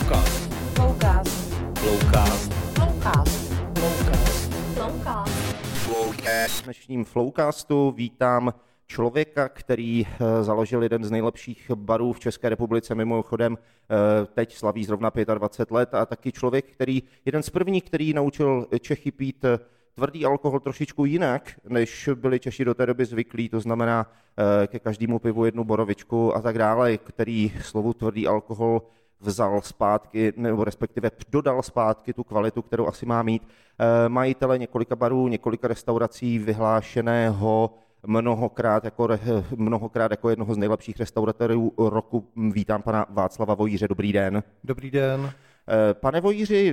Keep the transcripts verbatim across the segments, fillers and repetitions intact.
Flowcast. Flowcast. Flowcast. Flowcast. Flowcast. Flowcast. Flowcast. V dnešním Flowcastu vítám člověka, který založil jeden z nejlepších barů v České republice, mimochodem teď slaví zrovna dvacet pět let, a taky člověk, který, jeden z prvních, který naučil Čechy pít tvrdý alkohol trošičku jinak, než byli Češi do té doby zvyklí, to znamená ke každému pivu jednu borovičku a tak dále, který slovu tvrdý alkohol vzal zpátky, nebo respektive dodal zpátky tu kvalitu, kterou asi má mít. Majitele několika barů, několika restaurací, vyhlášeného mnohokrát jako, mnohokrát jako jednoho z nejlepších restauratérů roku. Vítám pana Václava Vojíře, dobrý den. Dobrý den. Pane Vojíři,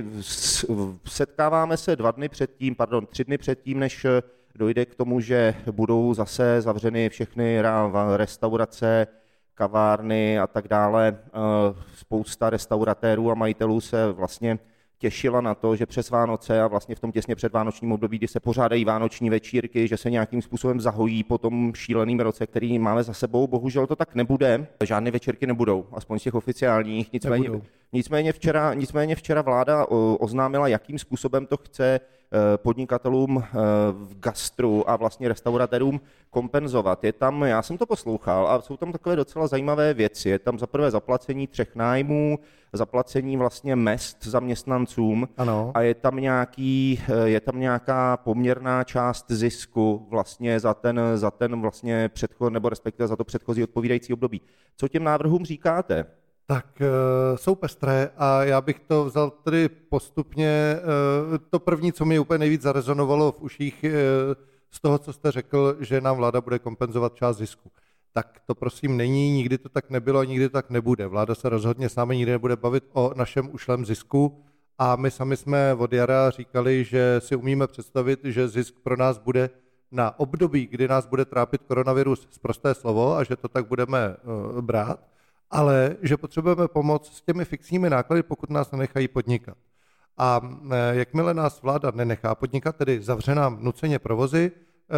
setkáváme se dva dny předtím, pardon, tři dny předtím, než dojde k tomu, že budou zase zavřeny všechny restaurace, kavárny a tak dále. Spousta restauratérů a majitelů se vlastně těšila na to, že přes Vánoce a vlastně v tom těsně před vánočním období, kdy se pořádají vánoční večírky, že se nějakým způsobem zahojí po tom šíleným roce, který máme za sebou. Bohužel to tak nebude. Žádné večírky nebudou, aspoň z těch oficiálních. Nicméně, nicméně, včera, nicméně včera vláda oznámila, jakým způsobem to chce podnikatelům v gastru a vlastně restauratérům kompenzovat. Je tam, já jsem to poslouchal, a jsou tam takové docela zajímavé věci. Je tam za prvé zaplacení třech nájmů, zaplacení vlastně mezd zaměstnancům. Ano. A je tam nějaký, je tam nějaká poměrná část zisku vlastně za ten, za ten vlastně předchod, nebo respektive za to předchozí odpovídající období. Co těm návrhům říkáte? Tak jsou pestré a já bych to vzal tedy postupně. To první, co mi úplně nejvíc zarezonovalo v uších z toho, co jste řekl, že nám vláda bude kompenzovat část zisku. Tak to prosím není, nikdy to tak nebylo a nikdy to tak nebude. Vláda se rozhodně s námi nikdy nebude bavit o našem ušlém zisku a my sami jsme od jara říkali, že si umíme představit, že zisk pro nás bude na období, kdy nás bude trápit koronavirus, sprosté slovo, a že to tak budeme brát, ale že potřebujeme pomoc s těmi fixními náklady, pokud nás nenechají podnikat. A jakmile nás vláda nenechá podnikat, tedy zavře nám nuceně provozy,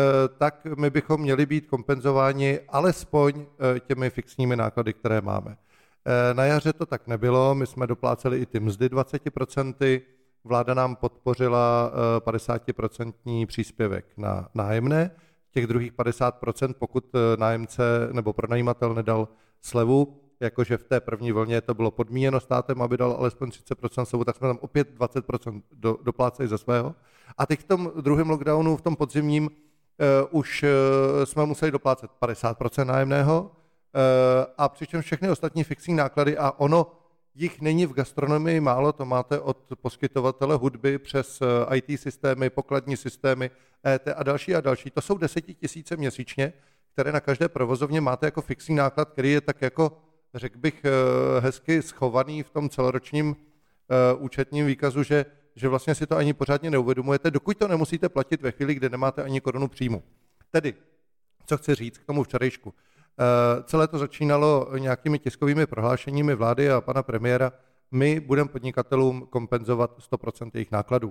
tak my bychom měli být kompenzováni alespoň těmi fixními náklady, které máme. Na jaře to tak nebylo, my jsme dopláceli i ty mzdy dvacet procent, vláda nám podpořila padesát procent příspěvek na nájemné, těch druhých padesát procent, pokud nájemce nebo pronajímatel nedal slevu, jakože v té první vlně to bylo podmíněno státem, aby dal alespoň třicet procent slevu, tak jsme tam opět dvacet procent do, dopláceli ze svého. A teď v tom druhém lockdownu, v tom podzimním, Uh, už uh, jsme museli doplácet padesát procent nájemného uh, a přičemž všechny ostatní fixní náklady, a ono jich není v gastronomii málo, to máte od poskytovatele hudby přes uh, í té systémy, pokladní systémy, é té a další a další. To jsou desetitisíce měsíčně, které na každé provozovně máte jako fixní náklad, který je tak jako, řekl bych, uh, hezky schovaný v tom celoročním uh, účetním výkazu, že že vlastně si to ani pořádně neuvědomujete, dokud to nemusíte platit ve chvíli, kdy nemáte ani korunu příjmu. Tedy, co chci říct k tomu včerejšku. E, celé to začínalo nějakými tiskovými prohlášeními vlády a pana premiéra. My budeme podnikatelům kompenzovat sto procent jejich nákladů.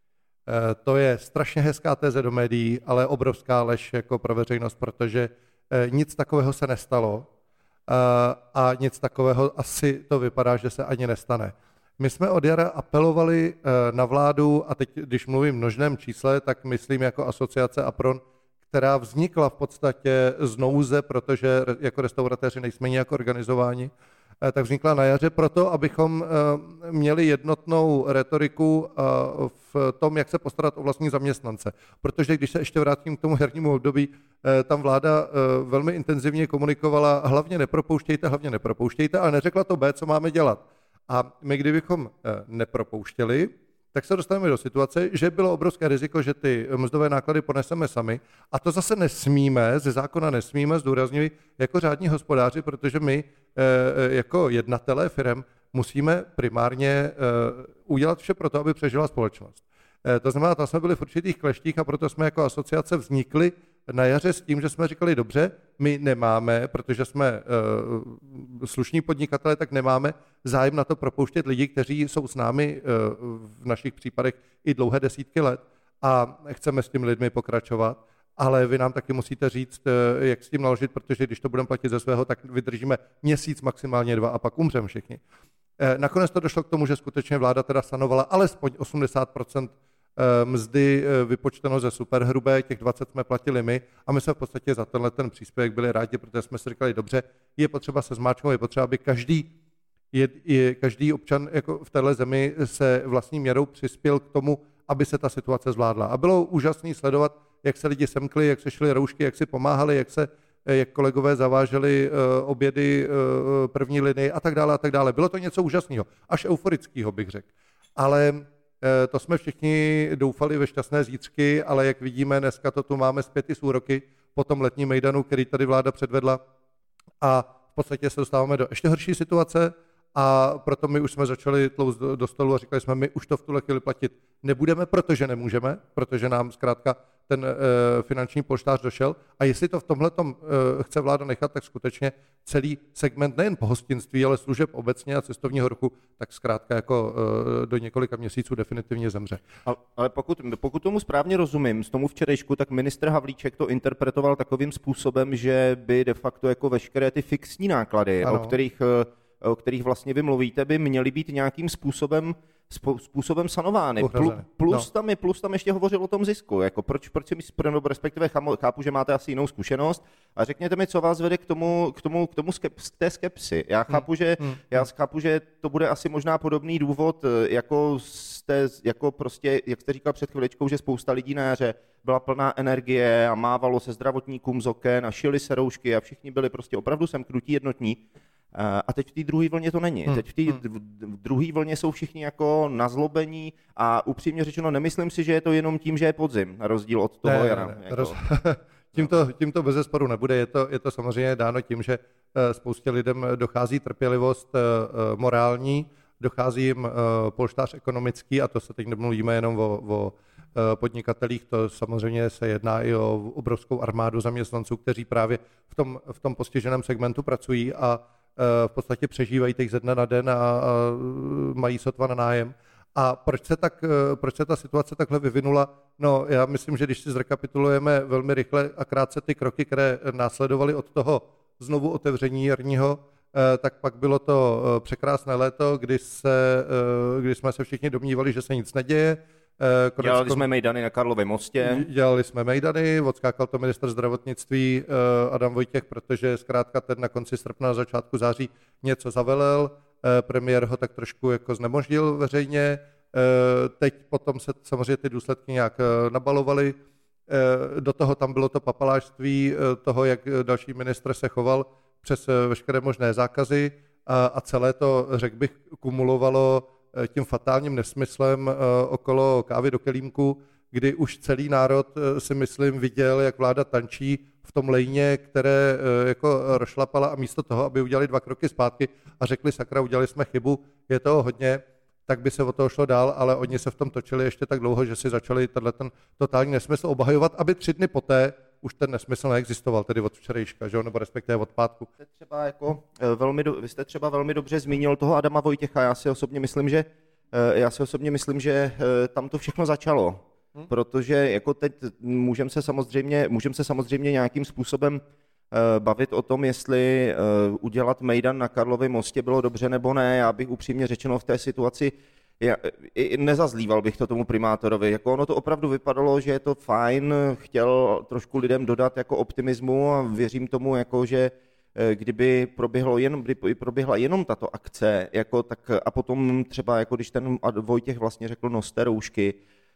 E, to je strašně hezká teze do médií, ale obrovská lež jako pro veřejnost, protože e, nic takového se nestalo e, a nic takového asi to vypadá, že se ani nestane. My jsme od jara apelovali na vládu, a teď, když mluvím v množném čísle, tak myslím jako asociace APRON, která vznikla v podstatě z nouze, protože jako restauratéři nejsme nijak organizováni, tak vznikla na jaře proto, abychom měli jednotnou retoriku v tom, jak se postarat o vlastní zaměstnance. Protože když se ještě vrátím k tomu hernímu období, tam vláda velmi intenzivně komunikovala, hlavně nepropouštějte, hlavně nepropouštějte, ale neřekla to B, co máme dělat. A my, kdybychom nepropouštěli, tak se dostaneme do situace, že bylo obrovské riziko, že ty mzdové náklady poneseme sami. A to zase nesmíme, ze zákona nesmíme, zdůrazňuji, jako řádní hospodáři, protože my jako jednatelé firem musíme primárně udělat vše pro to, aby přežila společnost. To znamená, tam jsme byli v určitých kleštích a proto jsme jako asociace vznikli na jaře s tím, že jsme říkali, dobře, my nemáme, protože jsme uh, slušní podnikatelé, tak nemáme zájem na to propouštět lidi, kteří jsou s námi uh, v našich případech i dlouhé desítky let a chceme s těmi lidmi pokračovat, ale vy nám taky musíte říct, uh, jak s tím naložit, protože když to budeme platit ze svého, tak vydržíme měsíc, maximálně dva a pak umřeme všichni. Nakonec to došlo k tomu, že skutečně vláda teda sanovala alespoň osmdesát procent mzdy vypočteno ze superhrubé, těch dvacet jsme platili my a my jsme v podstatě za tenhle ten příspěvek byli rádi, protože jsme si říkali, dobře, je potřeba se zmáčknout, je potřeba, aby každý, je, je, každý občan jako v téhle zemi se vlastní měrou přispěl k tomu, aby se ta situace zvládla. A bylo úžasné sledovat, jak se lidi semkli, jak se šly roušky, jak si pomáhali, jak se jak kolegové zaváželi uh, obědy uh, první linii a tak dále a tak dále. Bylo to něco úžasného, až euforického bych řekl. Ale uh, to jsme všichni doufali ve šťastné zítřky, ale jak vidíme, dneska to tu máme zpět i z úroky po tom letním mejdanu, který tady vláda předvedla a v podstatě se dostáváme do ještě horší situace a proto my už jsme začali tlouct do, do stolu a říkali jsme, my už to v tuhle chvíli platit nebudeme, protože nemůžeme, protože nám zkrátka ten e, finanční polštář došel a jestli to v tomhletom e, chce vláda nechat, tak skutečně celý segment nejen pohostinství, ale služeb obecně a cestovního ruchu, tak zkrátka jako e, do několika měsíců definitivně zemře. Ale, ale pokud, pokud tomu správně rozumím, z tomu včerejšku, tak ministr Havlíček to interpretoval takovým způsobem, že by de facto jako veškeré ty fixní náklady, ano. o kterých o kterých vlastně vy mluvíte, by měly být nějakým způsobem, způsobem sanovány. Plus, plus, no. tam je, plus tam ještě hovořil o tom zisku. Jako proč, proč si myslím, respektive chápu, že máte asi jinou zkušenost. A řekněte mi, co vás vede k tomu, k tomu, k tomu skep, k té skepsi. Já chápu, hmm. že, hmm. já chápu, že to bude asi možná podobný důvod, jako, jste, jako prostě, jak jste říkal před chviličkou, že spousta lidí na jaře byla plná energie a mávalo se zdravotníkům z oken a šili se roušky a všichni byli prostě opravdu semknutí jednotní. A teď v té druhé vlně to není. Teď v té druhé vlně jsou všichni jako nazlobení a upřímně řečeno nemyslím si, že je to jenom tím, že je podzim, na rozdíl od toho ne, jara. Ne, ne. Jako. Roz... tímto, tímto bezesporu nebude. Je to, je to samozřejmě dáno tím, že spoustě lidem dochází trpělivost morální, dochází jim polštář ekonomický a to se teď nemluvíme jenom o, o podnikatelích, to samozřejmě se jedná i o obrovskou armádu zaměstnanců, kteří právě v tom, v tom postiženém segmentu pracují a v podstatě přežívají teď ze dne na den a, a mají sotva na nájem. A proč se, tak, proč se ta situace takhle vyvinula? No, já myslím, že když si zrekapitulujeme velmi rychle a krátce ty kroky, které následovaly od toho znovu otevření jarního, tak pak bylo to překrásné léto, kdy, se, kdy jsme se všichni domnívali, že se nic neděje. Konec dělali kon... jsme mejdany na Karlově mostě. Dělali jsme mejdany, odskákal to ministr zdravotnictví Adam Vojtěch, protože zkrátka ten na konci srpna, na začátku září něco zavelel, premiér ho tak trošku jako znemožnil veřejně, teď potom se samozřejmě ty důsledky nějak nabalovaly, do toho tam bylo to papalášství toho, jak další ministr se choval přes veškeré možné zákazy a celé to, řekl bych, kumulovalo tím fatálním nesmyslem okolo kávy do kelímku, kdy už celý národ si myslím viděl, jak vláda tančí v tom lejně, které jako rozšlapala a místo toho, aby udělali dva kroky zpátky a řekli sakra, udělali jsme chybu, je toho hodně, tak by se o toho šlo dál, ale oni se v tom točili ještě tak dlouho, že si začali tenhle ten totální nesmysl obhajovat, aby tři dny poté už ten nesmysl neexistoval, tedy od včerejška, že? Nebo respektive od pátku. Vy jste třeba, jako, velmi, vy jste třeba velmi dobře zmínil toho Adama Vojtěcha, já si osobně myslím, že, já si osobně myslím, že tam to všechno začalo, hmm. protože jako teď můžeme se samozřejmě, můžeme se samozřejmě nějakým způsobem bavit o tom, jestli udělat mejdan na Karlově mostě bylo dobře nebo ne. Já bych upřímně řečeno v té situaci já, nezazlíval bych to tomu primátorovi. Jako ono to opravdu vypadalo, že je to fajn, chtěl trošku lidem dodat jako optimismu a věřím tomu, jako, že kdyby, proběhlo jen, kdyby proběhla jenom tato akce, jako, tak, a potom třeba, jako když ten Vojtěch vlastně řekl noste roušky,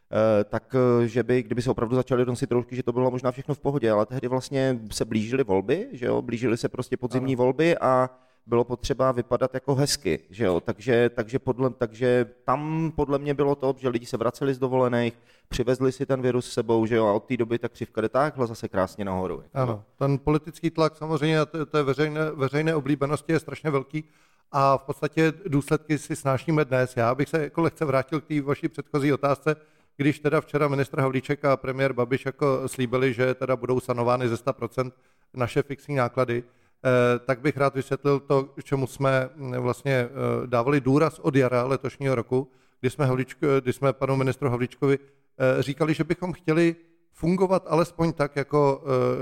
tak že by, kdyby se opravdu začali nosit roušky, že to bylo možná všechno v pohodě, ale tehdy vlastně se blížily volby, že jo, blížily se prostě podzimní ano. volby a bylo potřeba vypadat jako hezky, že jo, takže, takže, podle, takže tam podle mě bylo to, že lidi se vraceli z dovolených, přivezli si ten virus s sebou, že jo, a od té doby ta křivka jde takhle zase krásně nahoru. Jako. Ano, ten politický tlak samozřejmě té veřejné, veřejné oblíbenosti je strašně velký a v podstatě důsledky si snášíme dnes. Já bych se jako lehce vrátil k té vaší předchozí otázce, když teda včera ministr Havlíček a premiér Babiš jako slíbili, že teda budou sanovány ze sto procent naše fixní náklady, tak bych rád vysvětlil to, čemu jsme vlastně dávali důraz od jara letošního roku, kdy jsme, Havlíčko, kdy jsme panu ministru Havlíčkovi říkali, že bychom chtěli fungovat alespoň tak, jako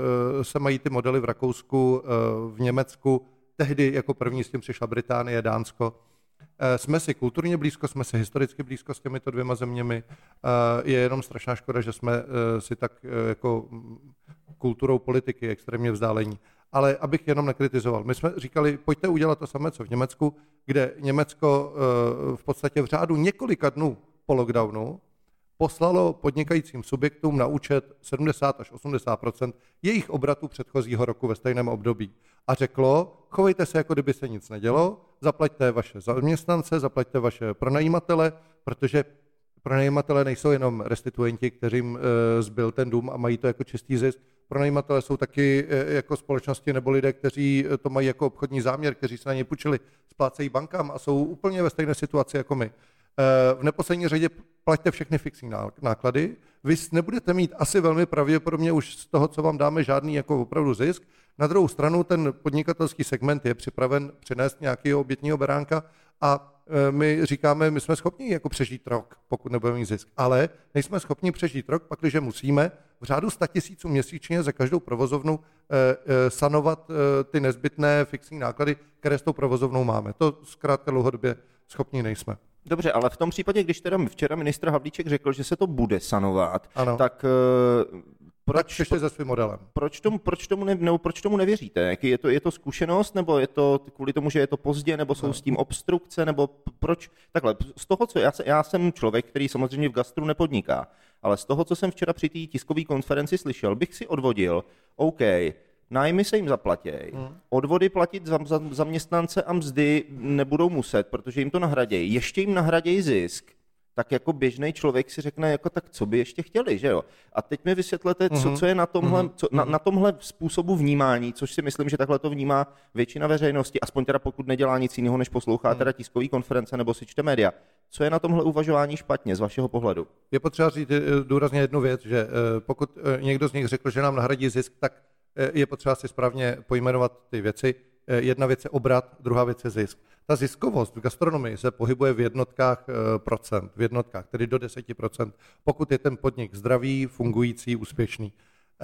se mají ty modely v Rakousku, v Německu, tehdy jako první s tím přišla Británie, Dánsko, Jsme si kulturně blízko, jsme si historicky blízko s těmito dvěma zeměmi. Je jenom strašná škoda, že jsme si tak jako kulturou politiky extrémně vzdálení. Ale abych jenom nekritizoval. My jsme říkali, pojďte udělat to samé, co v Německu, kde Německo v podstatě v řádu několika dnů po lockdownu poslalo podnikajícím subjektům na účet sedmdesát až osmdesát procent jejich obratu předchozího roku ve stejném období. A řeklo, chovejte se, jako kdyby se nic nedělo, zaplaťte vaše zaměstnance, zaplaťte vaše pronajímatele, protože pronajímatele nejsou jenom restituenti, kterým zbyl ten dům a mají to jako čistý zisk. Pronajímatele jsou taky jako společnosti nebo lidé, kteří to mají jako obchodní záměr, kteří se na ně půjčili, splácejí bankám a jsou úplně ve stejné situaci jako my. V neposlední řadě plaťte všechny fixní náklady. Vy nebudete mít asi velmi pravděpodobně už z toho, co vám dáme, žádný jako opravdu zisk. Na druhou stranu ten podnikatelský segment je připraven přinést nějakého obětního beránka a my říkáme, my jsme schopni jako přežít rok, pokud nebudeme mít zisk, ale nejsme schopni přežít rok, pakliže musíme v řádu sta tisíců měsíčně za každou provozovnu sanovat ty nezbytné fixní náklady, které s tou provozovnou máme. To zkrátka dlouhodobě schopni nejsme. Dobře, ale v tom případě, když teda včera ministr Havlíček řekl, že se to bude sanovat, ano. tak proč, tak přišli se svým modelem. Proč tomu, proč tomu, ne, nebo proč tomu nevěříte? Je to, je to zkušenost, nebo je to kvůli tomu, že je to pozdě, nebo jsou no. s tím obstrukce, nebo proč? Takhle, z toho, co já, já jsem člověk, který samozřejmě v gastru nepodniká, ale z toho, co jsem včera při té tiskové konferenci slyšel, bych si odvodil, OK, nájmy se jim zaplatěj, hmm. odvody platit za, za zaměstnance a mzdy nebudou muset, protože jim to nahradějí. Ještě jim nahradějí zisk, tak jako běžný člověk si řekne, jako tak co by ještě chtěli, že jo? A teď mi vysvětlete, co, co je na tomhle, co, na, na tomhle způsobu vnímání, což si myslím, že takhle to vnímá většina veřejnosti, aspoň teda pokud nedělá nic jiného, než poslouchá teda tiskový konference nebo si čte média. Co je na tomhle uvažování špatně z vašeho pohledu? Je potřeba říct důrazně jednu věc, že pokud někdo z nich řekl, že nám nahradí zisk, tak je potřeba si správně pojmenovat ty věci. Jedna věc je obrat, druhá věc je zisk. Ta ziskovost v gastronomii se pohybuje v jednotkách procent, v jednotkách, tedy do deset procent, pokud je ten podnik zdravý, fungující, úspěšný.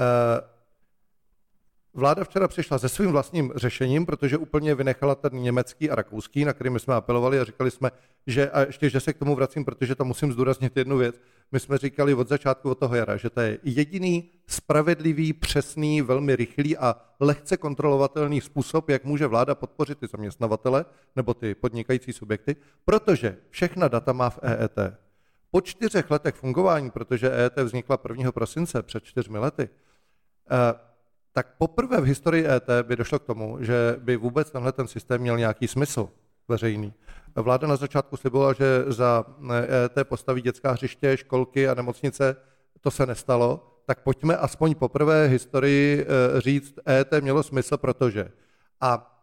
Vláda včera přišla se svým vlastním řešením, protože úplně vynechala ten německý a rakouský, na který my jsme apelovali a říkali jsme, že, a ještě, že se k tomu vracím, protože tam musím zdůraznit jednu věc, my jsme říkali od začátku, od toho jara, že to je jediný spravedlivý, přesný, velmi rychlý a lehce kontrolovatelný způsob, jak může vláda podpořit ty zaměstnavatele nebo ty podnikající subjekty, protože všechna data má v E E T. Po čtyřech letech fungování, protože E E T vznikla prvního prosince před čtyřmi lety, tak poprvé v historii E E T by došlo k tomu, že by vůbec tenhle ten systém měl nějaký smysl veřejný. Vláda na začátku slibovala, že za E E T postaví dětská hřiště, školky a nemocnice. To se nestalo. Tak pojďme aspoň poprvé v historii říct, E E T mělo smysl, protože. A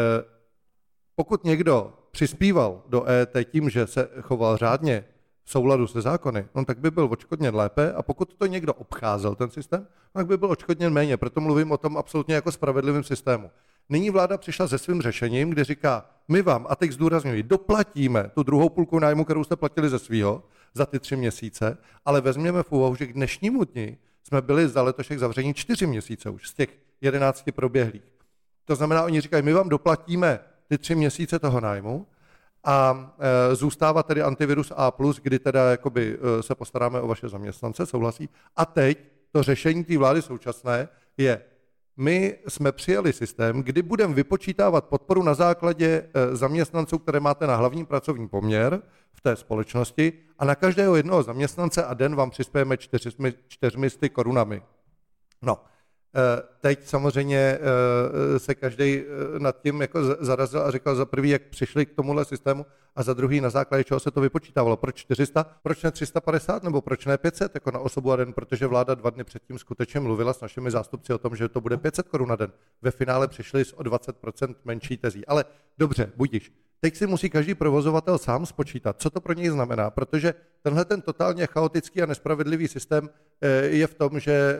pokud někdo přispíval do E E T tím, že se choval řádně v souladu se zákony, no tak by byl odškodněn lépe a pokud to někdo obcházel ten systém, tak by byl odškodněn méně. Proto mluvím o tom absolutně jako spravedlivém systému. Nyní vláda přišla se svým řešením, kde říká, my vám, a teď zdůrazňuji, doplatíme tu druhou půlku nájmu, kterou jste platili ze svýho, za ty tři měsíce, ale vezměme v úvahu, že k dnešnímu dni jsme byli za letošek zavření čtyři měsíce už z těch jedenácti proběhlých. To znamená, oni říkají, my vám doplatíme ty tři měsíce toho nájmu, a e, zůstává tedy antivirus A plus, kdy teda jakoby, e, se postaráme o vaše zaměstnance, souhlasí. A teď to řešení té vlády současné je, my jsme přijali systém, kdy budeme vypočítávat podporu na základě e, zaměstnanců, které máte na hlavní pracovní poměr v té společnosti a na každého jednoho zaměstnance a den vám přispějeme čtyřmi, čtyřmi sty korunami. No. Teď samozřejmě se každý nad tím jako zarazil a říkal za prvý, jak přišli k tomuhle systému a za druhý, na základě čeho se to vypočítávalo. Proč čtyři sta, proč ne tři sta padesát nebo proč ne pět set jako na osobu a den, protože vláda dva dny předtím skutečně mluvila s našimi zástupci o tom, že to bude pět set korun na den. Ve finále přišli s o dvacet procent menší tezí. Ale dobře, budiš. Teď si musí každý provozovatel sám spočítat, co to pro něj znamená, protože tenhle ten totálně chaotický a nespravedlivý systém je v tom, že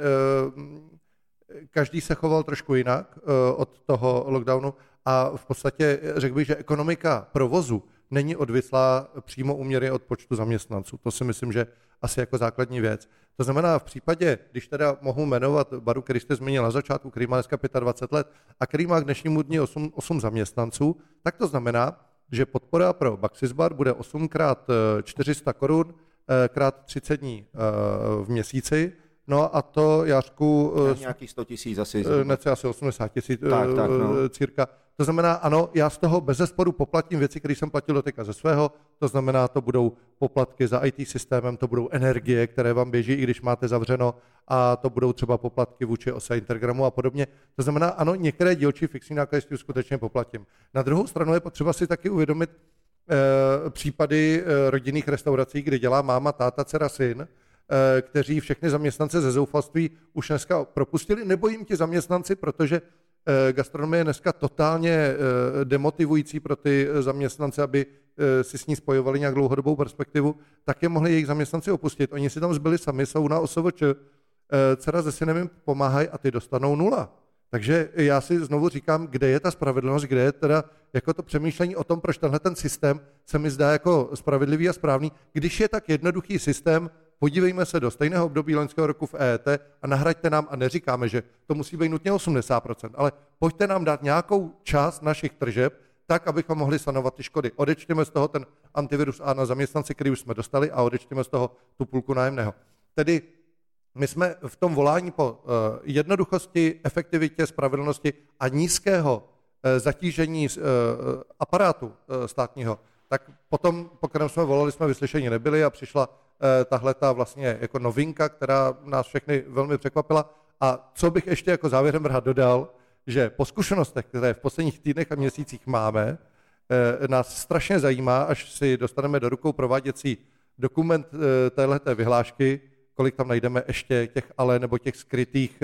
každý se choval trošku jinak uh, od toho lockdownu a v podstatě řekl bych, že ekonomika provozu není odvislá přímo úměrně od počtu zaměstnanců. To si myslím, že asi jako základní věc. To znamená v případě, když teda mohu jmenovat baru, který jste zmínil na začátku, který má dneska dvacet pět let a který má k dnešnímu dni osm, osm zaměstnanců, tak to znamená, že podpora pro Baxisbar bude osm krát čtyři sta korun krát třicet dní v měsíci. No a to, Jářku... Nějakých sto tisíc asi. Nece asi osmdesát tisíc tak, tak, no. círka. To znamená, ano, já z toho bezesporu poplatím věci, které jsem platil doteďka ze svého, to znamená, to budou poplatky za í té systémem, to budou energie, které vám běží, i když máte zavřeno, a to budou třeba poplatky vůči ose Intergramu a podobně. To znamená, ano, některé dílčí fixní náklady skutečně poplatím. Na druhou stranu je potřeba si taky uvědomit eh, případy eh, rodinných restaurací, kde dělá máma, táta, dcera, syn, eh, kteří všechny zaměstnance ze zoufalství už dneska propustili, nebo jim ti zaměstnanci, protože gastronomie je dneska totálně demotivující pro ty zaměstnance, aby si s ní spojovali nějak dlouhodobou perspektivu, tak je mohli jejich zaměstnanci opustit. Oni si tam zbyli sami, jsou na O S V Č, dcera se synem jim pomáhají a ty dostanou nula. Takže já si znovu říkám, kde je ta spravedlnost, kde je teda jako to přemýšlení o tom, proč tenhle ten systém se mi zdá jako spravedlivý a správný, když je tak jednoduchý systém. Podívejme se do stejného období loňského roku v E E T a nahraďte nám, a neříkáme, že to musí být nutně osmdesát procent, ale pojďte nám dát nějakou část našich tržeb, tak, abychom mohli sanovat ty škody. Odečteme z toho ten antivirus A na zaměstnanci, který už jsme dostali, a odečteme z toho tu půlku nájemného. Tedy my jsme v tom volání po uh, jednoduchosti, efektivitě, spravedlnosti a nízkého uh, zatížení uh, aparátu uh, státního, tak potom, po kterém jsme volali, jsme vyslyšeni nebyli a přišla tahle ta vlastně jako novinka, která nás všechny velmi překvapila. A co bych ještě jako závěrem rád dodal, že po zkušenostech, které v posledních týdnech a měsících máme, nás strašně zajímá, až si dostaneme do rukou prováděcí dokument téhleté vyhlášky, kolik tam najdeme ještě těch ale nebo těch skrytých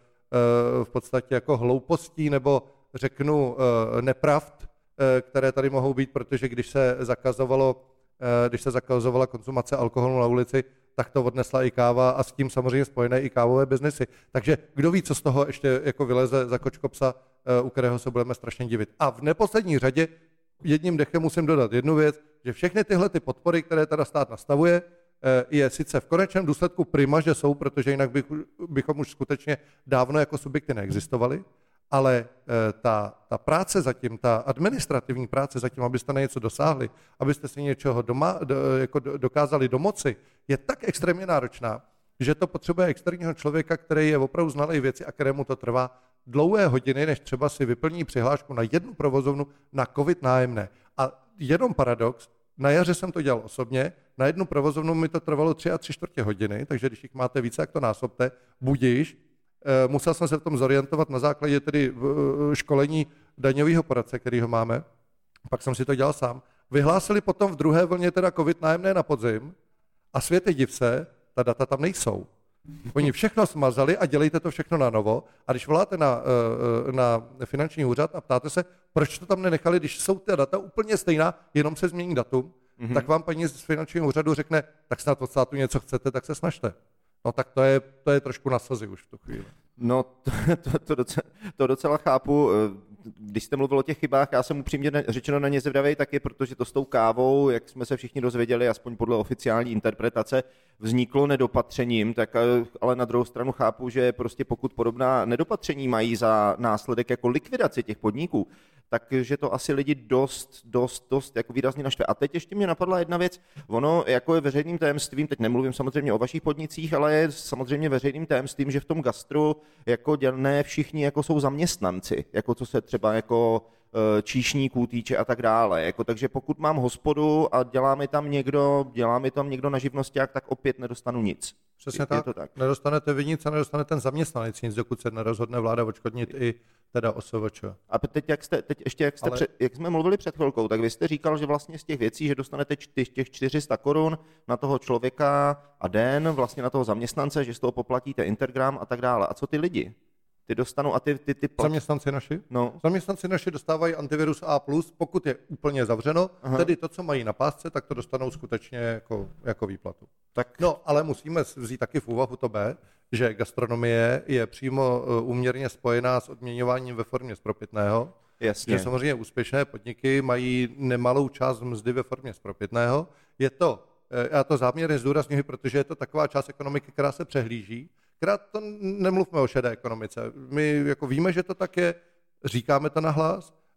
v podstatě jako hloupostí nebo řeknu nepravd, které tady mohou být, protože když se zakazovalo když se zakazovala konzumace alkoholu na ulici, tak to odnesla i káva a s tím samozřejmě spojené i kávové biznesy. Takže kdo ví, co z toho ještě jako vyleze za kočko psa, u kterého se budeme strašně divit. A v neposlední řadě jedním dechem musím dodat jednu věc, že všechny tyhle ty podpory, které teda stát nastavuje, je sice v konečném důsledku prima, že jsou, protože jinak bych, bychom už skutečně dávno jako subjekty neexistovali, ale ta, ta práce zatím, ta administrativní práce zatím, abyste na něco dosáhli, abyste si něčeho doma, do, jako dokázali domoci, je tak extrémně náročná, že to potřebuje externího člověka, který je opravdu znalý věci a kterému to trvá dlouhé hodiny, než třeba si vyplní přihlášku na jednu provozovnu na covid nájemné. A jenom paradox, na jaře jsem to dělal osobně, na jednu provozovnu mi to trvalo tři a tři čtvrtě hodiny, takže když jich máte více, jak to násobte, budíš. Musel jsem se v tom zorientovat na základě tedy školení daňového poradce, který ho máme. Pak jsem si to dělal sám. Vyhlásili potom v druhé vlně teda covid nájemné na podzim a světe div se, ta data tam nejsou. Oni všechno smazali a dělejte to všechno na novo. A když voláte na, na finanční úřad a ptáte se, proč to tam nenechali, když jsou ty data úplně stejná, jenom se změní datum, mm-hmm. tak vám paní z finančního úřadu řekne, tak snad od státu něco chcete, tak se snažte. No tak to je, to je trošku na slzy už v tu chvíli. No to, to, to, docela, to docela chápu. Když jste mluvil o těch chybách, já jsem upřímně řečeno na ně zvědavej taky, protože to s tou kávou, jak jsme se všichni dozvěděli, aspoň podle oficiální interpretace, vzniklo nedopatřením, tak ale na druhou stranu chápu, že prostě pokud podobná nedopatření mají za následek jako likvidaci těch podniků, takže to asi lidi dost, dost, dost jako výrazně naštve. A teď ještě mě napadla jedna věc, ono jako je veřejným tajemstvím, teď nemluvím samozřejmě o vašich podnicích, ale je samozřejmě veřejným tajemstvím, že v tom gastru jako ne všichni jako jsou zaměstnanci, jako co se třeba jako číšníků týče a tak dále. Jako, takže pokud mám hospodu a dělá mi tam někdo, dělá mi tam někdo na živnosťák, tak opět nedostanu nic. Přesně tak. to tak. Nedostanete vy nic a nedostane ten zaměstnanec nic, dokud se nerozhodne vláda odškodnit i teda O S V Č. A teď, jak jste, teď ještě jak, jste Ale... před, jak jsme mluvili před chvilkou, tak vy jste říkal, že vlastně z těch věcí, že dostanete těch čtyři sta korun na toho člověka a den, vlastně na toho zaměstnance, že z toho poplatíte Intergram a tak dále. A co ty lidi? Ty dostanou a ty... ty, ty plat... Zaměstnanci naši? No. Zaměstnanci naši dostávají antivirus A plus, pokud je úplně zavřeno, Aha. tedy to, co mají na pásce, tak to dostanou skutečně jako, jako výplatu. Tak... No, ale musíme vzít taky v úvahu to B, že gastronomie je přímo úměrně spojená s odměňováním ve formě spropitného. Jasně. Že samozřejmě úspěšné podniky mají nemalou část mzdy ve formě spropitného. Je to, já to záměrně zdůrazňuji, protože je to taková část ekonomiky, která se přehlíží. Krát to nemluvme o šedé ekonomice. My jako víme, že to tak je, říkáme to nahlas,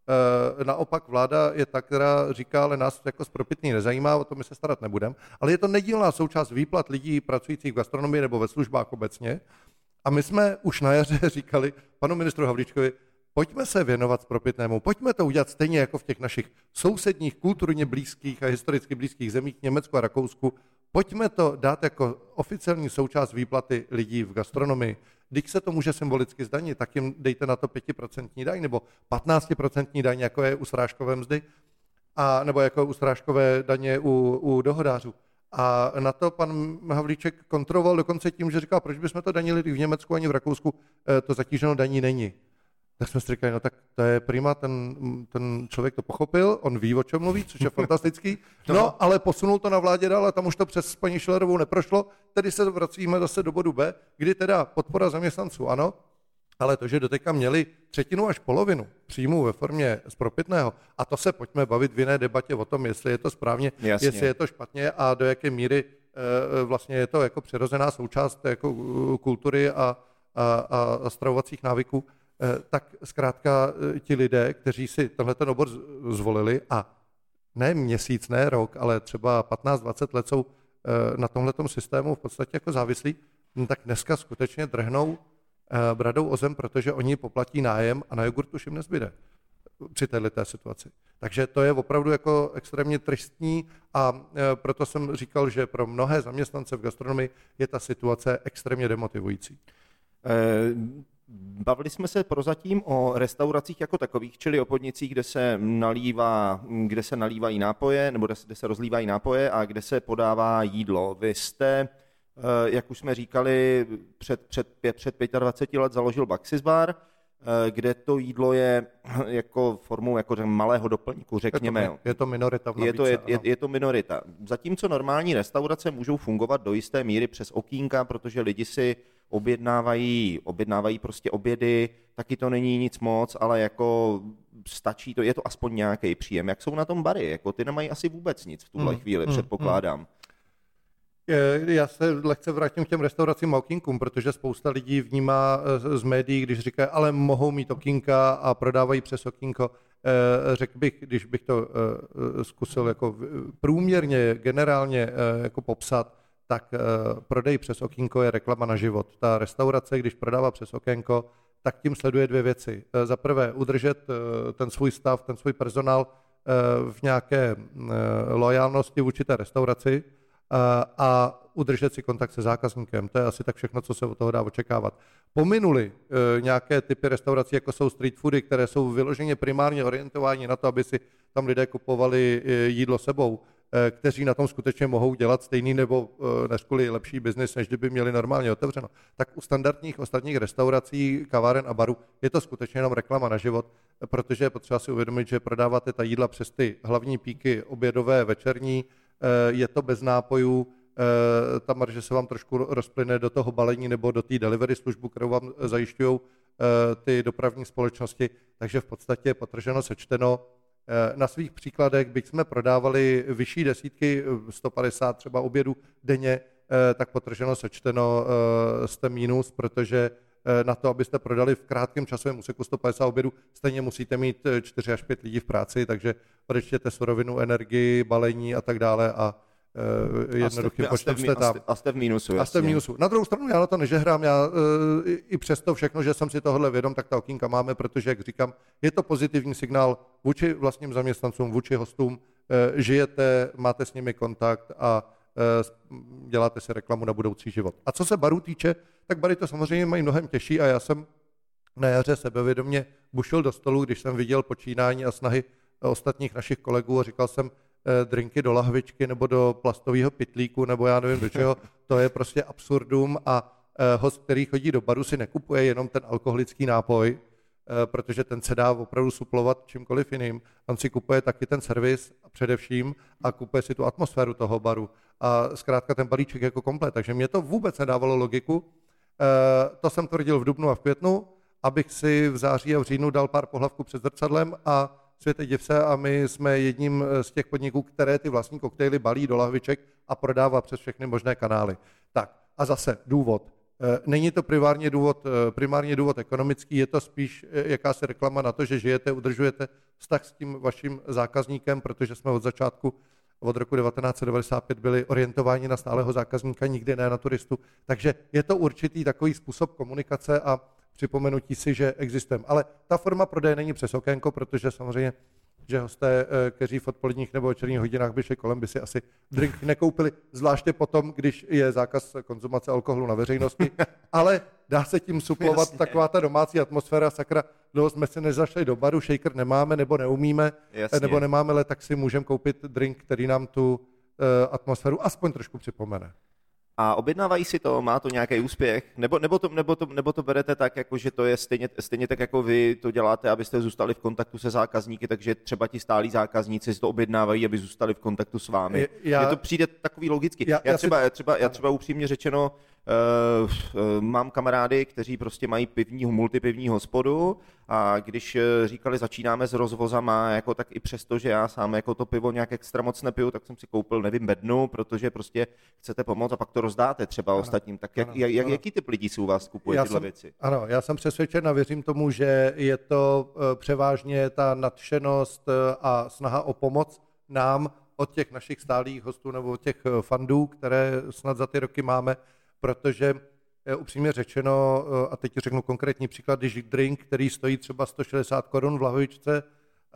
Naopak vláda je ta, která říká, ale nás jako spropitný nezajímá, o to my se starat nebudeme, ale je to nedílná součást výplat lidí pracujících v gastronomii nebo ve službách obecně. A my jsme už na jaře říkali panu ministru Havlíčkovi, pojďme se věnovat spropitnému, pojďme to udělat stejně jako v těch našich sousedních, kulturně blízkých a historicky blízkých zemích, Německu a Rakousku, pojďme to dát jako oficiální součást výplaty lidí v gastronomii. Když se to může symbolicky zdanit, tak jim dejte na to pětiprocentní daň nebo patnáctiprocentní daň, jako je u srážkové mzdy, a, nebo jako u srážkové daně u, u dohodářů. A na to pan Havlíček kontroloval dokonce tím, že říkal, proč bychom to danili, když v Německu ani v Rakousku to zatíženo daní není. Tak jsme si říkali, no tak to je prima, ten, ten člověk to pochopil, on ví, o čem mluví, což je fantastický, no ale posunul to na vládě dál a tam už to přes paní Schillerovou neprošlo, tedy se vracíme zase do bodu B, kdy teda podpora zaměstnanců ano, ale to, že doteďka měli třetinu až polovinu příjmů ve formě spropitného, a to se pojďme bavit v jiné debatě o tom, jestli je to správně, Jasně. jestli je to špatně a do jaké míry e, vlastně je to jako přirozená součást jako kultury a, a, a stravovacích návyků, tak zkrátka ti lidé, kteří si tenhle ten obor zvolili a ne měsíc, ne rok, ale třeba patnáct dvacet let jsou na tomhletom systému v podstatě jako závislí, tak dneska skutečně drhnou bradou o zem, protože oni poplatí nájem a na jogurt už jim nezbyde při této situaci. Takže to je opravdu jako extrémně tristní a proto jsem říkal, že pro mnohé zaměstnance v gastronomii je ta situace extrémně demotivující. E- Bavili jsme se prozatím o restauracích jako takových, čili o podnicích, kde se nalívá, kde se nalívají nápoje, nebo kde se rozlívají nápoje a kde se podává jídlo. Vy jste, jak už jsme říkali, před, před, před dvaceti pěti let založil Baxis Bar, kde to jídlo je jako formou jako malého doplňku, řekněme. Je to, je to minorita v nabídce, je to, je, je, je to minorita. Zatímco normální restaurace můžou fungovat do jisté míry přes okýnka, protože lidi si objednávají, objednávají prostě obědy, taky to není nic moc, ale jako stačí to, je to aspoň nějaký příjem. Jak jsou na tom bary? Jako ty nemají asi vůbec nic v tuhle hmm, chvíli, hmm, předpokládám. Hmm. Já se lehce vrátím k těm restauracím a okýnkům, protože spousta lidí vnímá z médií, když říkají, ale mohou mít okýnka a prodávají přes okýnko. Řekl bych, když bych to zkusil jako průměrně, generálně jako popsat, tak prodej přes okýnko je reklama na život. Ta restaurace, když prodává přes okénko, tak tím sleduje dvě věci. Za prvé udržet ten svůj stav, ten svůj personál v nějaké loajálnosti vůči té restauraci, a udržet si kontakt se zákazníkem. To je asi tak všechno, co se od toho dá očekávat. Pominuli e, nějaké typy restaurací, jako jsou street foody, které jsou vyloženě primárně orientováni na to, aby si tam lidé kupovali e, jídlo sebou, e, kteří na tom skutečně mohou dělat stejný nebo e, neřkuli lepší biznis, než kdyby měli normálně otevřeno. Tak u standardních ostatních restaurací, kaváren a barů je to skutečně jenom reklama na život, protože je potřeba si uvědomit, že prodáváte ta jídla přes ty hlavní píky obědové, večerní, je to bez nápojů, ta marže se vám trošku rozplyne do toho balení nebo do té delivery službu, kterou vám zajišťují ty dopravní společnosti, takže v podstatě potrženo sečteno. Na svých příkladech, byť jsme prodávali vyšší desítky, sto padesát třeba obědů denně, tak potrženo sečteno jste mínus, protože na to, abyste prodali v krátkém časovém úseku sto padesát obědů, stejně musíte mít čtyři až pět lidí v práci, takže odečtěte surovinu, energii, balení a tak dále a uh, jednoduchým počtem jste tam. A jste v mínusu. A jste v mínusu. Na druhou stranu já na to nežehrám, já uh, i přesto všechno, že jsem si tohle vědom, tak ta okýnka máme, protože, jak říkám, je to pozitivní signál vůči vlastním zaměstnancům, vůči hostům, uh, žijete, máte s nimi kontakt a děláte si reklamu na budoucí život. A co se barů týče, tak bary to samozřejmě mají mnohem těžší a já jsem na jaře sebevědomě bušil do stolu, když jsem viděl počínání a snahy ostatních našich kolegů a říkal jsem, drinky do lahvičky nebo do plastového pytlíku nebo já nevím do čeho, to je prostě absurdum a host, který chodí do baru, si nekupuje jenom ten alkoholický nápoj, protože ten se dá opravdu suplovat čímkoliv jiným. On si kupuje taky ten servis a především a kupuje si tu atmosféru toho baru a zkrátka ten balíček jako komplet. Takže mě to vůbec nedávalo logiku. To jsem tvrdil v dubnu a v květnu, abych si v září a v říjnu dal pár pohlavků před zrcadlem a světe div se a my jsme jedním z těch podniků, které ty vlastní koktejly balí do lahviček a prodává přes všechny možné kanály. Tak a zase důvod. Není to primárně důvod, primárně důvod ekonomický, je to spíš jakási reklama na to, že žijete, udržujete vztah s tím vaším zákazníkem, protože jsme od začátku, od roku devatenáct set devadesát pět byli orientováni na stálého zákazníka, nikdy ne na turistu. Takže je to určitý takový způsob komunikace a připomenutí si, že existujeme. Ale ta forma prodeje není přes okénko, protože samozřejmě, že hosté, kteří v odpoledních nebo večerních hodinách by šli kolem, by si asi drink nekoupili, zvláště potom, když je zákaz konzumace alkoholu na veřejnosti, ale dá se tím suplovat Jasně. taková ta domácí atmosféra, sakra, dlouho jsme se nezašli do baru, shaker nemáme nebo neumíme, Jasně. nebo nemáme, ale tak si můžeme koupit drink, který nám tu uh, atmosféru aspoň trošku připomene. A objednávají si to, má to nějaký úspěch, nebo, nebo, to, nebo, to, nebo to berete tak, jako, že to je stejně, stejně tak, jako vy to děláte, abyste zůstali v kontaktu se zákazníky, takže třeba ti stálí zákazníci si to objednávají, aby zůstali v kontaktu s vámi. Já, Mně to přijde takový logicky. Já, já, třeba, si... třeba, já třeba upřímně řečeno, Uh, uh, mám kamarády, kteří prostě mají pivní, multipivní hospodu a když uh, říkali, začínáme s rozvozama, jako tak i přesto, že já sám jako to pivo nějak extra moc nepiju, tak jsem si koupil, nevím, bednu, protože prostě chcete pomoct a pak to rozdáte třeba ano, ostatním. Tak jak, ano, jak, jak, jaký typ lidí si u vás kupuje já tyhle jsem, věci? Ano, já jsem přesvědčen a věřím tomu, že je to uh, převážně ta nadšenost uh, a snaha o pomoc nám od těch našich stálých hostů nebo od těch uh, fandů, které snad za ty roky máme, protože upřímně řečeno, a teď řeknu konkrétní příklad, když drink, který stojí třeba sto šedesát korun v lahvičce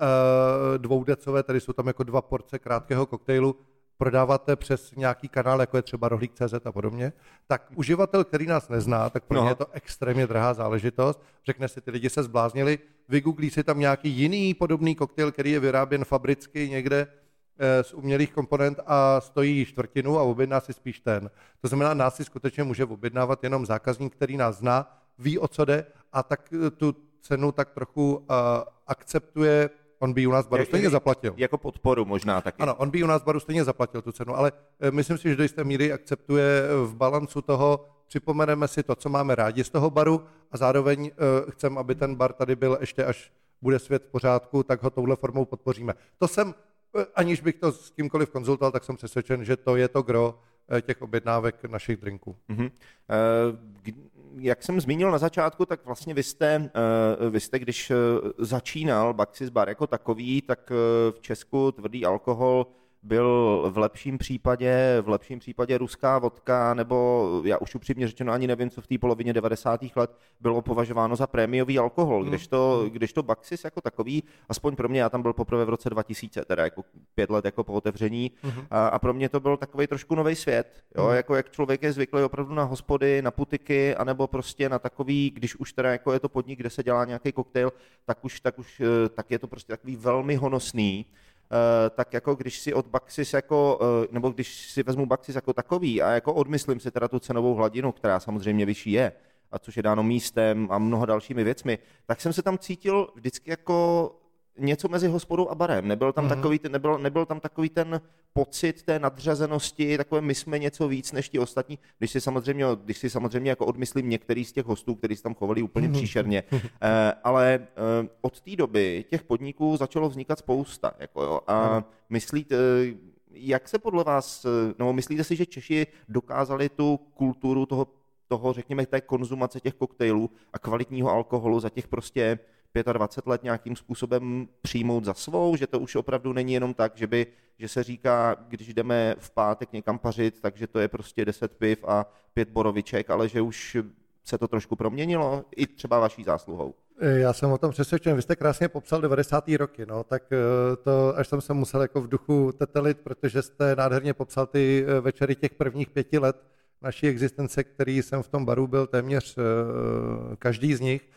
dvoudecové, tady jsou tam jako dva porce krátkého koktejlu, prodáváte přes nějaký kanál, jako je třeba rohlík tečka cé zet a podobně, tak uživatel, který nás nezná, tak pro no. ně je to extrémně drahá záležitost, řekne si, ty lidi se zbláznili, vygooglí si tam nějaký jiný podobný koktejl, který je vyráběn fabricky někde z umělých komponent a stojí čtvrtinu a objedná si spíš ten. To znamená, nás si skutečně může objednávat jenom zákazník, který nás zná, ví, o co jde a tak tu cenu tak trochu uh, akceptuje. On by u nás baru stejně zaplatil. Jako podporu možná taky. Ano, on by u nás baru stejně zaplatil tu cenu, ale myslím si, že do jisté míry akceptuje v balancu toho, připomeneme si to, co máme rádi z toho baru a zároveň uh, chceme, aby ten bar tady byl ještě až bude svět v pořádku, tak ho touhle formou podpoříme. To jsem aniž bych to s kýmkoliv konzultoval, tak jsem přesvědčen, že to je to gro těch objednávek našich drinků. Mm-hmm. Jak jsem zmínil na začátku, tak vlastně vy jste, vy jste když začínal Baxis bar jako takový, tak v Česku tvrdý alkohol byl v lepším případě, v lepším případě ruská vodka, nebo já už upřímně řečeno ani nevím, co v té polovině devadesátých let bylo považováno za prémiový alkohol, mm. kdežto, kdežto Baxis jako takový, aspoň pro mě, já tam byl poprvé v roce dva tisíce, teda jako pět let jako po otevření, mm. a, a pro mě to byl takový trošku nový svět, jo, mm. jako jak člověk je zvyklý opravdu na hospody, na putiky, anebo prostě na takový, když už teda jako je to podnik, kde se dělá nějaký koktejl, tak už, tak už, tak je to prostě takový velmi honosný. Uh, tak jako když si od Baxis jako, uh, nebo když si vezmu Baxis jako takový a jako odmyslím si teda tu cenovou hladinu, která samozřejmě vyšší je, a což je dáno místem a mnoha dalšími věcmi, tak jsem se tam cítil vždycky jako něco mezi hospodou a barem. Nebyl tam, mm-hmm. takový, nebyl, nebyl tam takový ten pocit té nadřazenosti, takové my jsme něco víc než ti ostatní, když si samozřejmě, když si samozřejmě jako odmyslím některý z těch hostů, kteří se tam chovali úplně příšerně. eh, ale eh, od té doby těch podniků začalo vznikat spousta. Jako jo, a myslíte, jak se podle vás, nebo myslíte si, že Češi dokázali tu kulturu toho, toho řekněme, té konzumace těch koktejlů a kvalitního alkoholu za těch prostě dvacet pět let nějakým způsobem přijmout za svou, že to už opravdu není jenom tak, že, by, že se říká, když jdeme v pátek někam pařit, takže to je prostě deset piv a pět boroviček, ale že už se to trošku proměnilo, i třeba vaší zásluhou. Já jsem o tom přesvědčen, vy jste krásně popsal devadesátá roky, no, tak to až jsem se musel jako v duchu tetelit, protože jste nádherně popsal ty večery těch prvních pěti let naší existence, který jsem v tom baru byl téměř každý z nich.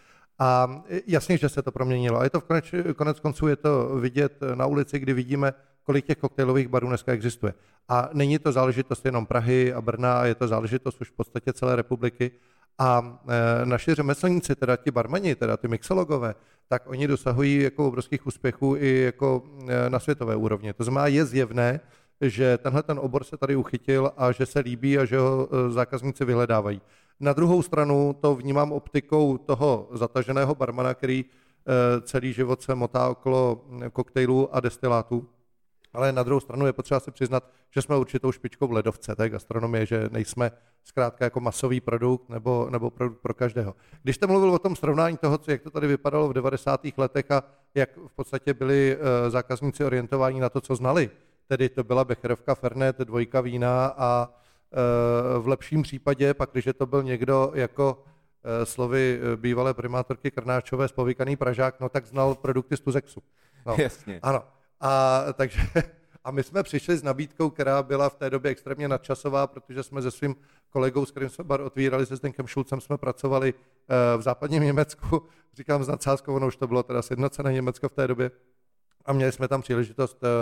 A jasně, že se to proměnilo. A je to v konec, konec konců je to vidět na ulici, kdy vidíme, kolik těch koktejlových barů dneska existuje. A není to záležitost jenom Prahy a Brna, je to záležitost už v podstatě celé republiky. A e, naši řemeslníci, teda ti barmani, teda ty mixologové, tak oni dosahují jako obrovských úspěchů i jako e, na světové úrovni. To znamená, je zjevné, že tenhle ten obor se tady uchytil a že se líbí a že ho e, zákazníci vyhledávají. Na druhou stranu to vnímám optikou toho zataženého barmana, který celý život se motá okolo koktejlů a destilátů Ale na druhou stranu je potřeba si přiznat, že jsme určitou špičkou v ledovce té gastronomie, že nejsme zkrátka jako masový produkt nebo, nebo produkt pro každého. Když jste mluvil o tom srovnání toho, co, jak to tady vypadalo v devadesátých letech a jak v podstatě byli uh, zákazníci orientováni na to, co znali, tedy to byla becherovka, fernet, dvojka vína a uh, v lepším případě, pak když to byl někdo jako uh, slovy bývalé primátorky Krnáčové spovykaný Pražák, no tak znal produkty z Tuzexu. No. Jasně. Ano. A, takže, a my jsme přišli s nabídkou, která byla v té době extrémně nadčasová, protože jsme se svým kolegou, s kterým jsme bar otvírali, se Zdenkem Šulcem, jsme pracovali uh, v západním Německu, říkám s nadsázkou, ono už to bylo teda sjednocené Německo v té době, a měli jsme tam příležitost, uh,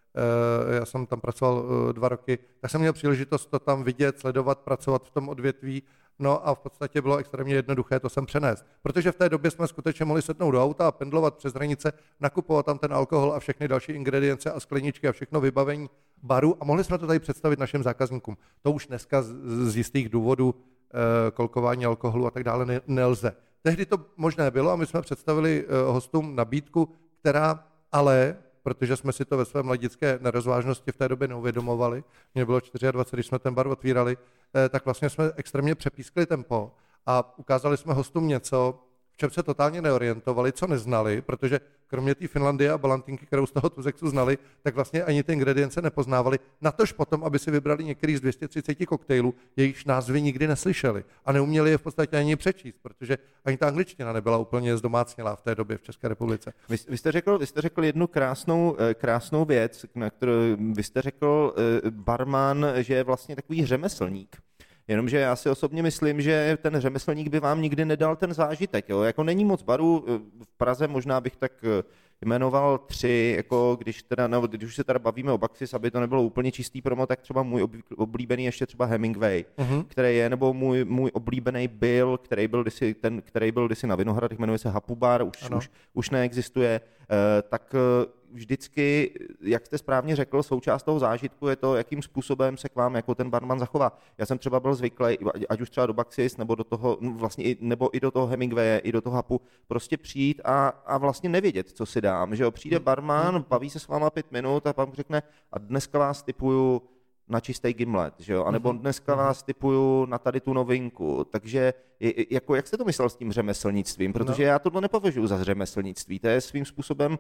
uh, já jsem tam pracoval uh, dva roky, tak jsem měl příležitost to tam vidět, sledovat, pracovat v tom odvětví. No a v podstatě bylo extrémně jednoduché to sem přenést. Protože v té době jsme skutečně mohli sednout do auta a pendlovat přes hranice, nakupovat tam ten alkohol a všechny další ingredience a skleničky a všechno vybavení baru a mohli jsme to tady představit našim zákazníkům. To už dneska z, z jistých důvodů e, kolkování alkoholu a tak dále ne, nelze. Tehdy to možné bylo a my jsme představili e, hostům nabídku, která ale, protože jsme si to ve své mladické nerozvážnosti v té době neuvědomovali, mě bylo dvacet čtyři, když jsme ten bar otvírali, tak vlastně jsme extrémně přepískli tempo a ukázali jsme hostům něco, v čem se totálně neorientovali, co neznali, protože kromě té Finlandie a Balantinky, kterou z toho Tuzexu znali, tak vlastně ani ty ingredience nepoznávali. Natož potom, aby si vybrali některý z dvě stě třicet koktejlů, jejichž názvy nikdy neslyšeli a neuměli je v podstatě ani přečíst, protože ani ta angličtina nebyla úplně zdomácnělá v té době v České republice. Vy, vy, jste, řekl, vy jste řekl jednu krásnou, krásnou věc, na kterou vy jste řekl barman, že je vlastně takový řemeslník. Jenomže já si osobně myslím, že ten řemeslník by vám nikdy nedal ten zážitek. Jo? Jako není moc barů v Praze, možná bych tak jmenoval tři, jako když, teda, no, když už se teda bavíme o Baxis, aby to nebylo úplně čistý promo, tak třeba můj oblíbený ještě třeba Hemingway, uh-huh. který je, nebo můj, můj oblíbený byl, který byl kdysi, ten, který byl kdysi na Vinohradech, jmenuje se Hapu Bar, už, už, už neexistuje, uh, tak uh, vždycky, jak jste správně řekl, součást toho zážitku je to, jakým způsobem se k vám jako ten barman zachová. Já jsem třeba byl zvyklý, ať už třeba do Baxis, nebo do toho, no vlastně i, nebo i do toho Hemingwaye, i do toho Hapu, prostě přijít a, a vlastně nevědět, co si dám, že jo, přijde barman, baví se s váma pět minut a pak řekne, a dneska vás tipuju na čistý gimlet, že jo, anebo dneska vás tipuju na tady tu novinku, takže jako jak jste to myslel s tím řemeslnictvím, protože no. já tohle nepovažuji za řemeslnictví, to je svým způsobem,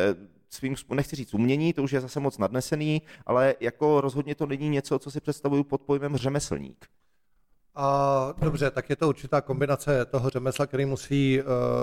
svým, nechci říct umění, to už je zase moc nadnesený, ale jako rozhodně to není něco, co si představuju pod pojmem řemeslník. A dobře, tak je to určitá kombinace toho řemesla, který musí uh,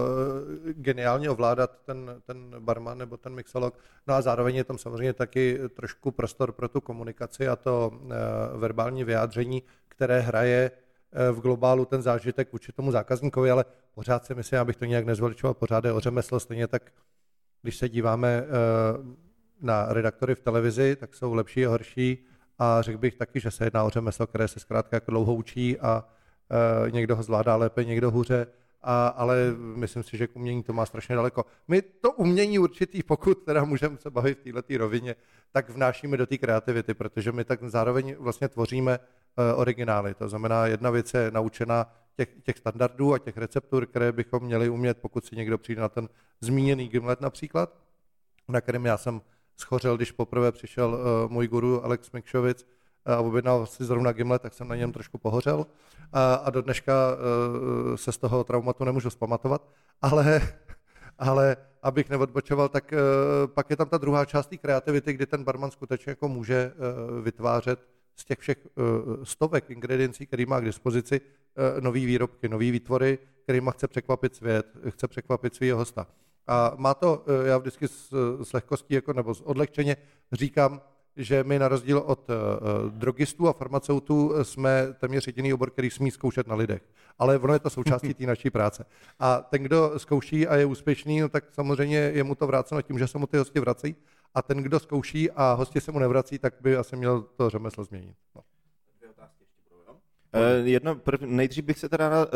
geniálně ovládat ten, ten barman nebo ten mixolog. No a zároveň je tam samozřejmě taky trošku prostor pro tu komunikaci a to uh, verbální vyjádření, které hraje uh, v globálu ten zážitek vůči tomu zákazníkovi, ale pořád si myslím, abych to nějak nezveličoval, pořád je o řemeslo, stejně tak, když se díváme uh, na redaktory v televizi, tak jsou lepší a horší. A řekl bych taky, že se jedná o řemeslo, které se zkrátka jako dlouho učí a e, někdo ho zvládá lépe, někdo hůře, a, ale myslím si, že k umění to má strašně daleko. My to umění určitý, pokud teda můžeme se bavit v této rovině, tak vnášíme do té kreativity, protože my tak zároveň vlastně tvoříme e, originály. To znamená, jedna věc je naučená těch, těch standardů a těch receptur, které bychom měli umět, pokud si někdo přijde na ten zmíněný gimlet například, na kterém já jsem schořel, když poprvé přišel uh, můj guru Alex Mikšovic a uh, objednal si zrovna gimlet, tak jsem na něm trošku pohořel uh, a do dneška uh, se z toho traumatu nemůžu zpamatovat, ale, ale abych neodbočoval, tak uh, pak je tam ta druhá část té kreativity, kdy ten barman skutečně jako může uh, vytvářet z těch všech uh, stovek ingrediencí, který má k dispozici, uh, nový výrobky, nový výtvory, kterýma chce překvapit svět, chce překvapit svého hosta. A má to, já vždycky s, s lehkostí jako, nebo s odlehčeně říkám, že my na rozdíl od uh, drogistů a farmaceutů jsme téměř jediný obor, který smí zkoušet na lidech. Ale ono je to součástí té naší práce. A ten, kdo zkouší a je úspěšný, no, tak samozřejmě je mu to vráceno tím, že se mu ty hosti vrací. A ten, kdo zkouší a hosti se mu nevrací, tak by asi měl to řemeslo změnit. No. Dvě otázky ještě budou, jo? Uh, jedno, prv, nejdřív bych se teda... Uh...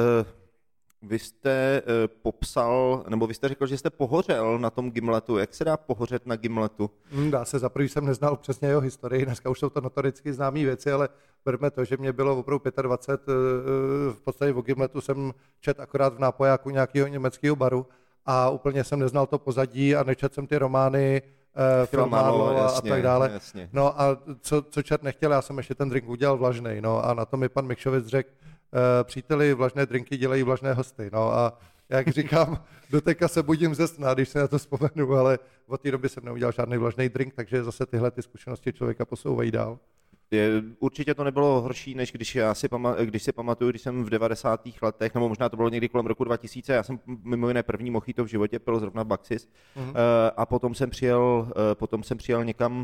Vy jste uh, popsal, nebo vy jste řekl, že jste pohořel na tom gimletu. Jak se dá pohořet na gimletu? Dá se, za prvý jsem neznal přesně jeho historii, dneska už jsou to notoricky známé věci, ale berme to, že mě bylo opravdu dvacet pět, uh, v podstatě o gimletu jsem čet akorát v nápojáku nějakého německého baru a úplně jsem neznal to pozadí a nečet jsem ty romány Phil Marlowe a tak dále. Jasně. No a co, co čert nechtěl, já jsem ještě ten drink udělal vlažnej, no a na to mi pan Mikšovic řekl, e, příteli, vlažné drinky dělají vlažné hosty, no a jak říkám, doteďka se budím ze sna, když se na to vzpomenu, ale od té doby jsem neudělal žádný vlažný drink, takže zase tyhle ty zkušenosti člověka posouvají dál. Je, určitě to nebylo horší, než když, já si, pama, když si pamatuju, když jsem v devadesátých letech, nebo možná to bylo někdy kolem roku dva tisíce, já jsem mimo jiné první mojito v životě pil zrovna Baxis mm-hmm. uh, a potom jsem přijel, uh, potom jsem přijel někam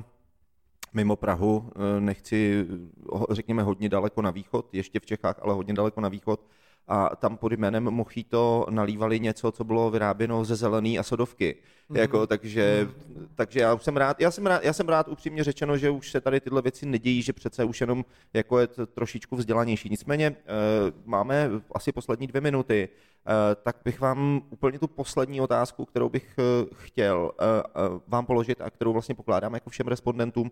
mimo Prahu, uh, nechci, řekněme, hodně daleko na východ, ještě v Čechách, ale hodně daleko na východ, a tam pod jménem Mojito nalívali něco, co bylo vyráběno ze zelený a sodovky. Mm. Jako, takže, mm. takže já jsem rád, já jsem rád, já jsem rád upřímně řečeno, že už se tady tyhle věci nedějí, že přece už jenom jako je trošičku vzdělanější. Nicméně e, máme asi poslední dvě minuty, e, tak bych vám úplně tu poslední otázku, kterou bych e, chtěl e, e, vám položit a kterou vlastně pokládám jako všem respondentům,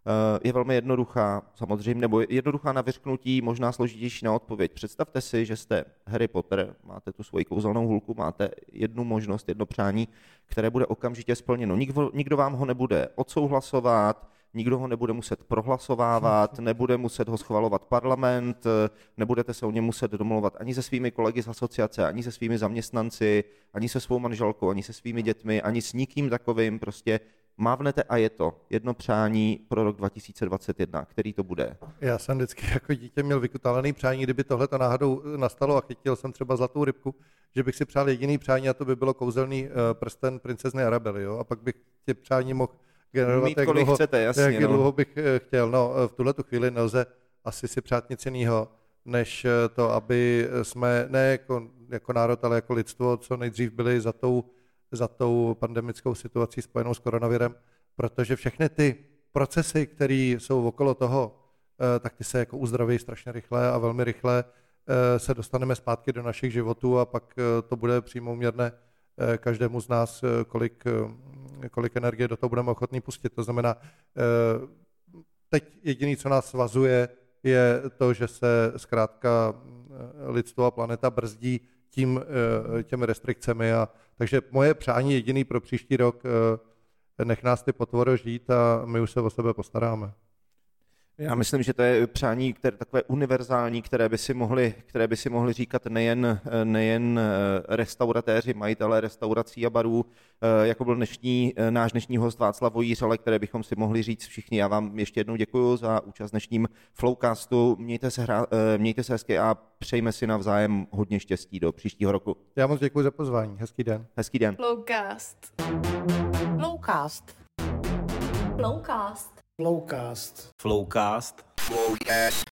je velmi jednoduchá, samozřejmě, nebo jednoduchá na vyřknutí, možná složitější na odpověď. Představte si, že jste Harry Potter, máte tu svoji kouzelnou hůlku, máte jednu možnost, jedno přání, které bude okamžitě splněno. Nikdo, nikdo vám ho nebude odsouhlasovat, nikdo ho nebude muset prohlasovávat, nebude muset ho schvalovat parlament, nebudete se o něm muset domluvat ani se svými kolegy z asociace, ani se svými zaměstnanci, ani se svou manželkou, ani se svými dětmi, ani s nikým takovým, prostě mávnete a je to jedno přání pro rok dva tisíce dvacet jedna, který to bude? Já jsem vždycky jako dítě měl vykutálený přání, kdyby tohle to náhodou nastalo a chytil jsem třeba zlatou rybku, že bych si přál jediný přání a to by bylo kouzelný prsten princezny Arabely, jo? A pak bych tě přání mohl generovat, mít, jak, kolik dlouho, chcete, jasně, jak no. dlouho bych chtěl. No, v tuhletu chvíli nelze asi si přát nic jiného, než to, aby jsme ne jako, jako národ, ale jako lidstvo co nejdřív byli za tou, za tou pandemickou situací spojenou s koronavirem, protože všechny ty procesy, které jsou okolo toho, tak ty se jako uzdraví strašně rychle a velmi rychle se dostaneme zpátky do našich životů a pak to bude přímouměrné každému z nás, kolik, kolik energie do toho budeme ochotní pustit. To znamená, teď jediné, co nás svazuje, je to, že se zkrátka lidstvo a planeta brzdí tím, těmi restrikcemi. A, takže moje přání jediný pro příští rok, nech nás ty potvory žít a my už se o sebe postaráme. Já myslím, že to je přání které, takové univerzální, které by si mohli, které by si mohli říkat nejen, nejen restauratéři, majitelé restaurací a barů, jako byl dnešní, náš dnešní host Václav Vojíř, ale které bychom si mohli říct všichni. Já vám ještě jednou děkuji za účast v dnešním Flowcastu. Mějte se, hra, mějte se hezky a přejme si navzájem hodně štěstí do příštího roku. Já moc děkuji za pozvání. Hezký den. Hezký den. Flowcast. Flowcast. Flowcast. Flowcast. Flowcast. Flowcast.